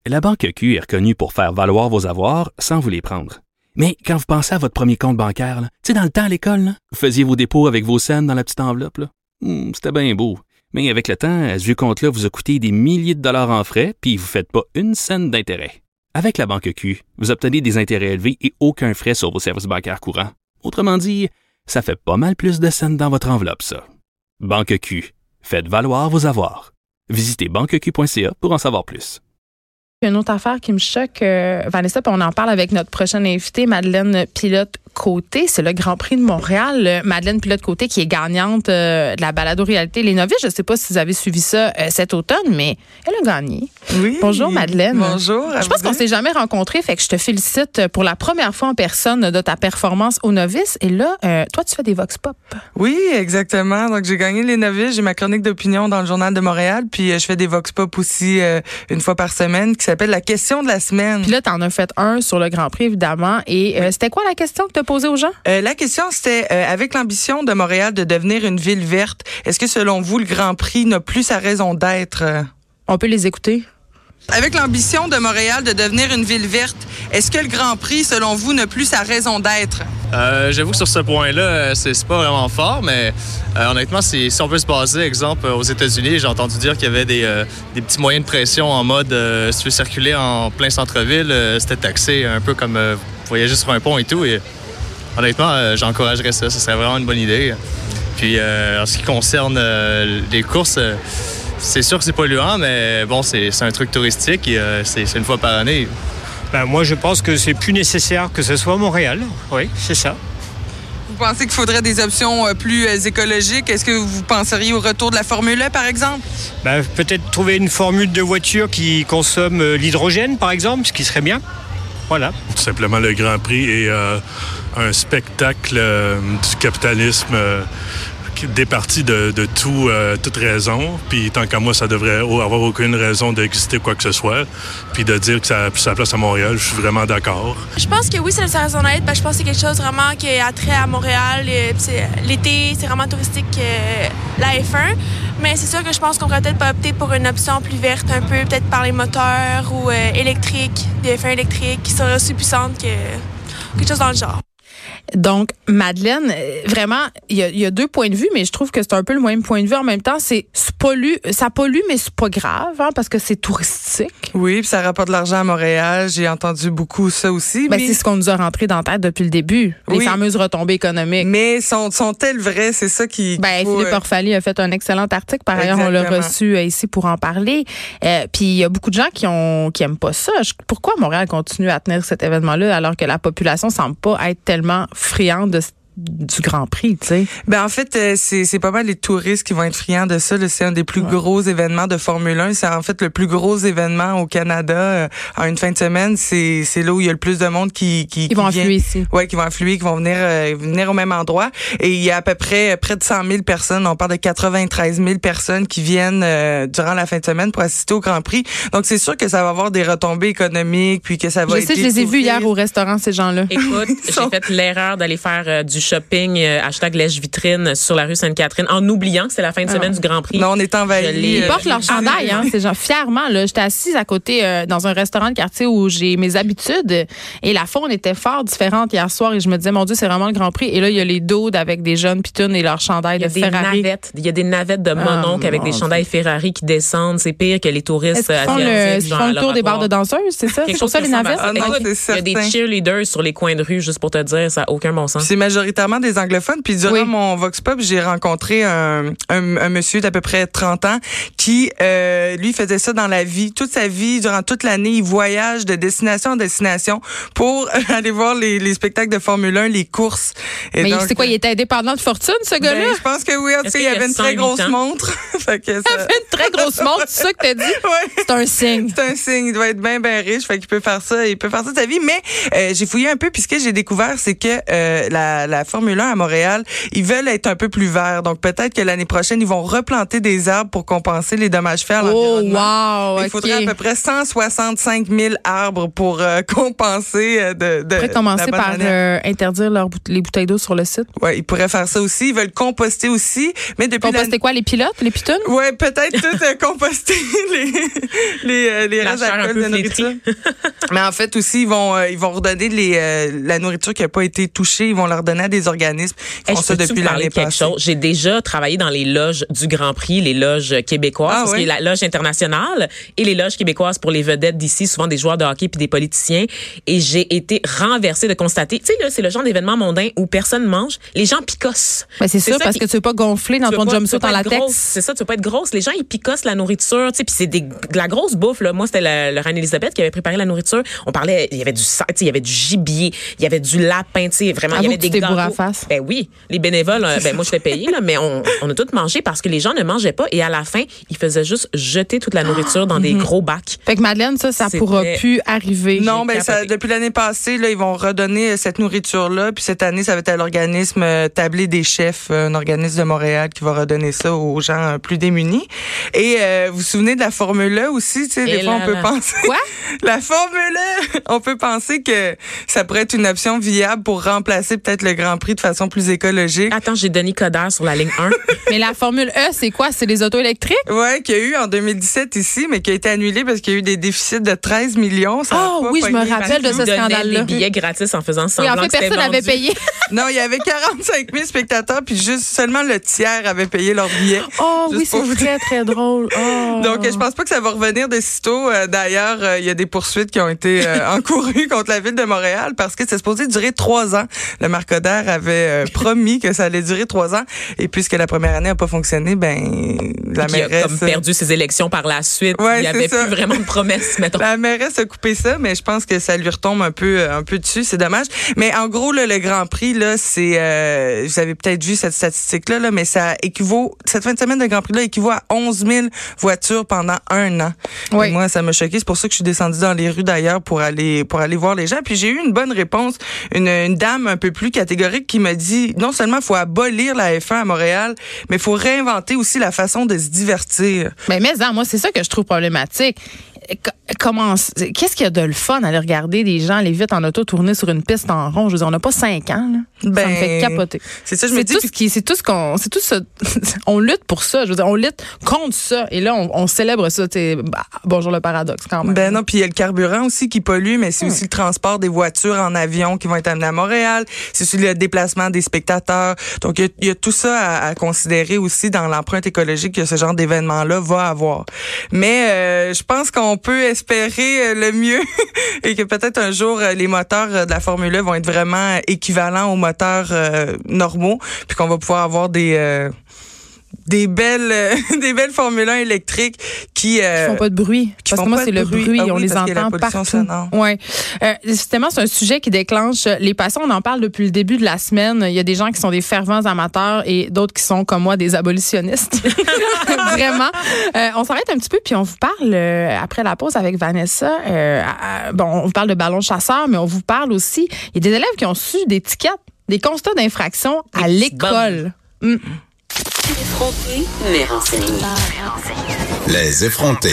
La Banque Q est reconnue pour faire valoir vos avoirs sans vous les prendre. Mais quand vous pensez à votre premier compte bancaire, tu sais, dans le temps à l'école, là, vous faisiez vos dépôts avec vos scènes dans la petite enveloppe. Là. C'était bien beau. Mais avec le temps, ce vieux compte-là vous a coûté des milliers de dollars en frais, puis vous ne faites pas une scène d'intérêt. Avec la Banque Q, vous obtenez des intérêts élevés et aucun frais sur vos services bancaires courants. Autrement dit, ça fait pas mal plus de scènes dans votre enveloppe, ça. Banque Q. Faites valoir vos avoirs. Visitez banqueq.ca pour en savoir plus. Une autre affaire qui me choque, Vanessa, puis on en parle avec notre prochaine invitée, Madeleine Pilote-Côté. C'est le Grand Prix de Montréal. Madeleine Pilote-Côté qui est gagnante de la balado-réalité Les Novices. Je ne sais pas si vous avez suivi ça cet automne, mais elle a gagné. Oui. Bonjour, Madeleine. Bonjour. Je pense qu'on ne s'est jamais rencontrés, fait que je te félicite pour la première fois en personne de ta performance aux Novices. Et là, toi, tu fais des vox pop. Oui, exactement. Donc, j'ai gagné Les Novices. J'ai ma chronique d'opinion dans le Journal de Montréal. Puis, je fais des vox pop aussi une fois par semaine qui s'appelle La question de la semaine. Puis là, t'en as fait un sur le Grand Prix, évidemment. Et c'était quoi la question que tu as posée aux gens? La question, c'était, avec l'ambition de Montréal de devenir une ville verte, est-ce que selon vous, le Grand Prix n'a plus sa raison d'être? On peut les écouter. Avec l'ambition de Montréal de devenir une ville verte, est-ce que le Grand Prix, selon vous, n'a plus sa raison d'être? J'avoue que sur ce point-là, c'est pas vraiment fort, mais honnêtement, si on peut se baser, exemple, aux États-Unis, j'ai entendu dire qu'il y avait des petits moyens de pression en mode si tu veux circuler en plein centre-ville, c'était taxé, un peu comme voyager sur un pont et tout. Et honnêtement, j'encouragerais ça. Ce serait vraiment une bonne idée. Puis, en ce qui concerne les courses, c'est sûr que c'est polluant, mais bon, c'est un truc touristique et c'est une fois par année. Ben, moi, je pense que c'est plus nécessaire que ce soit à Montréal. Oui, c'est ça. Vous pensez qu'il faudrait des options plus écologiques? Est-ce que vous penseriez au retour de la Formule 1, par exemple? Ben, peut-être trouver une formule de voiture qui consomme l'hydrogène, par exemple, ce qui serait bien. Voilà. Tout simplement, le Grand Prix est un spectacle du capitalisme départi de toute raison. Puis tant qu'à moi, ça devrait avoir aucune raison d'exister quoi que ce soit. Puis de dire que ça a plus sa place à Montréal, je suis vraiment d'accord. Je pense que oui, c'est sa raison d'être. Je pense que c'est quelque chose vraiment qui a trait à Montréal. L'été, c'est vraiment touristique, la F1. Mais c'est sûr que je pense qu'on pourrait peut-être pas opter pour une option plus verte un peu, peut-être par les moteurs ou électriques, des F1 électriques qui seraient aussi puissantes que quelque chose dans le genre. Donc, Madeleine, vraiment, il y a deux points de vue, mais je trouve que c'est un peu le même point de vue. En même temps, ça pollue, mais c'est pas grave, hein, parce que c'est touristique. Oui, puis ça rapporte de l'argent à Montréal. J'ai entendu beaucoup ça aussi. Ben, c'est ce qu'on nous a rentré dans la tête depuis le début, les fameuses retombées économiques. Mais sont-elles vraies? C'est ça qui... Philippe Orphalie a fait un excellent article. Par ailleurs, on l'a reçu ici pour en parler. Puis il y a beaucoup de gens qui aiment pas ça. Pourquoi Montréal continue à tenir cet événement-là alors que la population semble pas être tellement friande du Grand Prix, tu sais? Ben en fait, c'est pas mal les touristes qui vont être friands de ça. Là. C'est un des plus gros événements de Formule 1. C'est en fait le plus gros événement au Canada en une fin de semaine. C'est là où il y a le plus de monde qui vont affluer ici. Ouais, qui vont affluer, qui vont venir au même endroit. Et il y a à peu près de 100 000 personnes. On parle de 93 000 personnes qui viennent durant la fin de semaine pour assister au Grand Prix. Donc c'est sûr que ça va avoir des retombées économiques, puis que ça va. Je les ai vus hier au restaurant, ces gens-là. Écoute, j'ai fait l'erreur d'aller faire du shopping #lèche-vitrine sur la rue Sainte-Catherine en oubliant que c'est la fin de semaine du Grand Prix. Non, on est envahis. Ils portent leur chandail, hein, ces gens, fièrement. Là, j'étais assise à côté dans un restaurant de quartier où j'ai mes habitudes et la faune était fort différente hier soir et je me disais, mon Dieu, c'est vraiment le Grand Prix. Et là, il y a les dudes avec des jeunes pitounes et leur chandail de Ferrari. Il y a des navettes de mononcles avec des chandails Ferrari qui descendent. C'est pire que les touristes asiatiques. Ils font le tour des bars de danseuses, c'est ça? C'est pour ça les navettes? Il y a des cheerleaders sur les coins de rue, juste pour te dire, ça n'a aucun bon sens. C'est majoritairement des anglophones. Puis durant mon Vox Pop, j'ai rencontré un monsieur d'à peu près 30 ans qui, lui, faisait ça dans la vie. Toute sa vie, durant toute l'année, il voyage de destination en destination pour aller voir les spectacles de Formule 1, les courses. Et mais donc, c'est quoi, il était indépendant de fortune, ce gars-là? Je pense que oui. En tout cas, il avait une très grosse montre. Il avait une très grosse montre, c'est ça que t'as dit? Ouais. C'est un signe. C'est un signe. Il doit être bien riche. Fait qu'il peut faire ça. Il peut faire ça de sa vie. Mais j'ai fouillé un peu, puis ce que j'ai découvert, c'est que la la Formule 1 à Montréal, ils veulent être un peu plus verts. Donc, peut-être que l'année prochaine, ils vont replanter des arbres pour compenser les dommages faits à l'environnement. Wow, il faudrait à peu près 165 000 arbres pour compenser Ils pourraient commencer par interdire les bouteilles d'eau sur le site. Oui, ils pourraient faire ça aussi. Ils veulent composter aussi. Mais depuis composter quoi, les pilotes, les pitounes? Oui, peut-être tout composter les restes d'alcool de nourriture. Mais en fait aussi, ils vont redonner la nourriture qui n'a pas été touchée. Ils vont leur donner à des organismes qui font ça depuis l'année passée. J'ai déjà travaillé dans les loges du Grand Prix, les loges québécoises, parce qu'il y a la loge internationale et les loges québécoises pour les vedettes d'ici, souvent des joueurs de hockey puis des politiciens. Et j'ai été renversée de constater, tu sais, là, c'est le genre d'événement mondain où personne mange. Les gens picossent. Ben c'est sûr, parce que tu veux pas gonfler dans ton jumpsuit en latex. C'est ça, tu veux pas être grosse. Les gens, ils picossent la nourriture, tu sais, puis c'est de la grosse bouffe, là. Moi, c'était la reine Elisabeth qui avait préparé la nourriture. On parlait, il y avait du il y avait du gibier, il y avait du lapin, tu sais, vraiment, il y avait des gâteaux. À face. Ben oui, les bénévoles, moi, je l'ai payé, là, mais on a tout mangé parce que les gens ne mangeaient pas et à la fin, ils faisaient juste jeter toute la nourriture dans des gros bacs. Fait que Madeleine, ça pourra plus arriver. Non, ben depuis l'année passée, là, ils vont redonner cette nourriture-là, puis cette année, ça va être à l'organisme Tablé des chefs, un organisme de Montréal qui va redonner ça aux gens plus démunis. Et vous vous souvenez de la Formule 1 aussi, tu sais, des fois on peut penser. Quoi? La Formule 1, on peut penser que ça pourrait être une option viable pour remplacer peut-être le Grand Prix de façon plus écologique. Attends, j'ai Denis Coderre sur la ligne 1. Mais la Formule E, c'est quoi? C'est les autos électriques? Oui, qu'il y a eu en 2017 ici, mais qui a été annulée parce qu'il y a eu des déficits de 13 millions. Oui, je me rappelle de ce scandale-là. Des billets gratis en faisant semblant en fait, personne n'avait payé. Non, il y avait 45 000 spectateurs, puis juste seulement le tiers avait payé leur billet. Oui, c'est très, très drôle. Donc, je pense pas que ça va revenir de sitôt. D'ailleurs, il y a des poursuites qui ont été encourues contre la Ville de Montréal parce que c'est supposé durer 3 ans. Le Marc Coderre avait promis que ça allait durer 3 ans. Et puisque la première année n'a pas fonctionné, la mairesse... Il a comme perdu ses élections par la suite. Il n'y avait plus vraiment de promesses, mettons. La mairesse a coupé ça, mais je pense que ça lui retombe un peu dessus. C'est dommage. Mais en gros, là, le Grand Prix, là, c'est... vous avez peut-être vu cette statistique-là, là, mais ça équivaut... Cette fin de semaine de Grand Prix-là équivaut à 11 000 voitures pendant 1 an. Oui. Et moi, ça m'a choqué. C'est pour ça que je suis descendue dans les rues d'ailleurs pour aller voir les gens. Puis j'ai eu une bonne réponse. Une dame un peu plus catégorique qui m'a dit, non seulement il faut abolir la F1 à Montréal, mais il faut réinventer aussi la façon de se divertir. Mais moi, c'est ça que je trouve problématique. Qu'est-ce qu'il y a de le fun à aller regarder des gens aller vite en auto tourner sur une piste en rond? Je veux dire, on n'a pas 5 ans, là. Ça me fait capoter. C'est ça, je me dis. On lutte pour ça. Je veux dire, on lutte contre ça. Et là, on célèbre ça. Bonjour le paradoxe, quand même. Non, puis il y a le carburant aussi qui pollue, mais c'est aussi le transport des voitures en avion qui vont être amenées à Montréal. C'est aussi le déplacement des spectateurs. Donc, il y a tout ça à considérer aussi dans l'empreinte écologique que ce genre d'événement-là va avoir. Mais je pense qu'on peut espérer le mieux et que peut-être un jour les moteurs de la Formule 1 vont être vraiment équivalents aux moteurs normaux, puis qu'on va pouvoir avoir des belles Formule 1 électriques qui font pas de bruit. Parce que moi, c'est le bruit. On les entend partout. Ouais. Justement, c'est un sujet qui déclenche les passions. On en parle depuis le début de la semaine. Il y a des gens qui sont des fervents amateurs et d'autres qui sont, comme moi, des abolitionnistes. Vraiment. On s'arrête un petit peu puis on vous parle, après la pause avec Vanessa, on vous parle de ballon chasseur, mais on vous parle aussi, il y a des élèves qui ont su des tickets, des constats d'infraction à l'école. Effrontés, mais renseignés. Les effrontés.